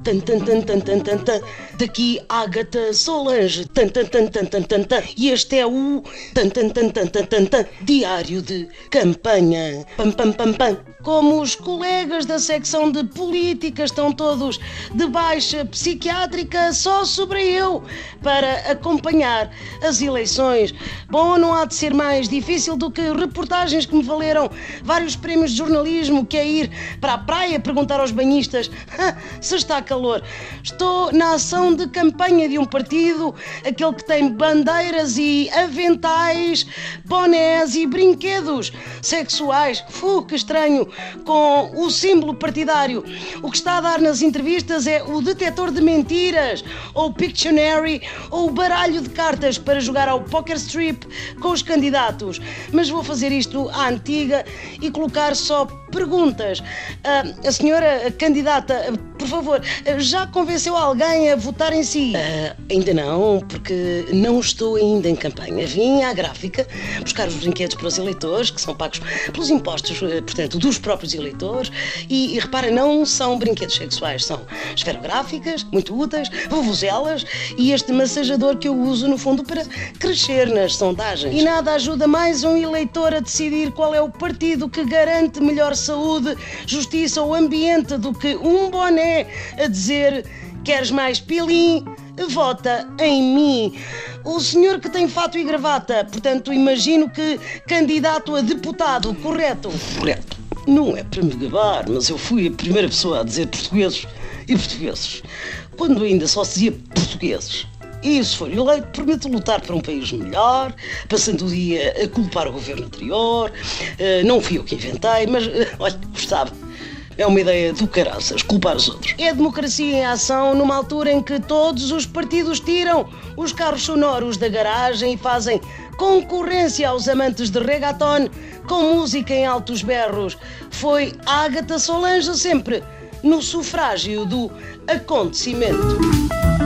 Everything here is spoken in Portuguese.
Tan, tan, tan, tan, tan, tan, tan. Daqui Ágata Solange. Tan, tan, tan, tan, tan, tan, tan. E este é o tan, tan, tan, tan, tan, tan, tan. Diário de campanha. Pam, pam, pam, pam. Como os colegas da secção de política estão todos de baixa psiquiátrica, só sobrei eu para acompanhar as eleições. Bom, não há de ser mais difícil do que reportagens que me valeram vários prémios de jornalismo, que é ir para a praia perguntar aos banhistas se está calor. Estou na ação de campanha de um partido, aquele que tem bandeiras e aventais, bonés e brinquedos sexuais. Que estranho, com o símbolo partidário. O que está a dar nas entrevistas é o detetor de mentiras, ou o Pictionary, ou o baralho de cartas para jogar ao Poker Strip com os candidatos. Mas vou fazer isto à antiga e colocar só perguntas. A senhora candidata, por favor, já convenceu alguém a votar em si? Ainda não, porque não estou ainda em campanha. Vim à gráfica buscar os brinquedos para os eleitores, que são pagos pelos impostos, portanto, dos próprios eleitores. E repara, não são brinquedos sexuais, são esferográficas, muito úteis, vuvuzelas e este massajador que eu uso, no fundo, para crescer nas sondagens. E nada ajuda mais um eleitor a decidir qual é o partido que garante melhor saúde, justiça ou ambiente do que um boné a dizer: queres mais pilim? Vota em mim. O senhor que tem fato e gravata, portanto, imagino que candidato a deputado, correto? Correto. Não é para me gabar, mas eu fui a primeira pessoa a dizer portugueses e portugueses, quando ainda só se dizia portugueses. E se for eleito, prometo lutar por um país melhor, passando o dia a culpar o governo anterior. Não fui eu que inventei, mas, olha, gostava. É uma ideia do caraças, culpar os outros. É a democracia em ação numa altura em que todos os partidos tiram os carros sonoros da garagem e fazem concorrência aos amantes de reggaeton com música em altos berros. Foi Ágata Solange sempre no sufrágio do acontecimento.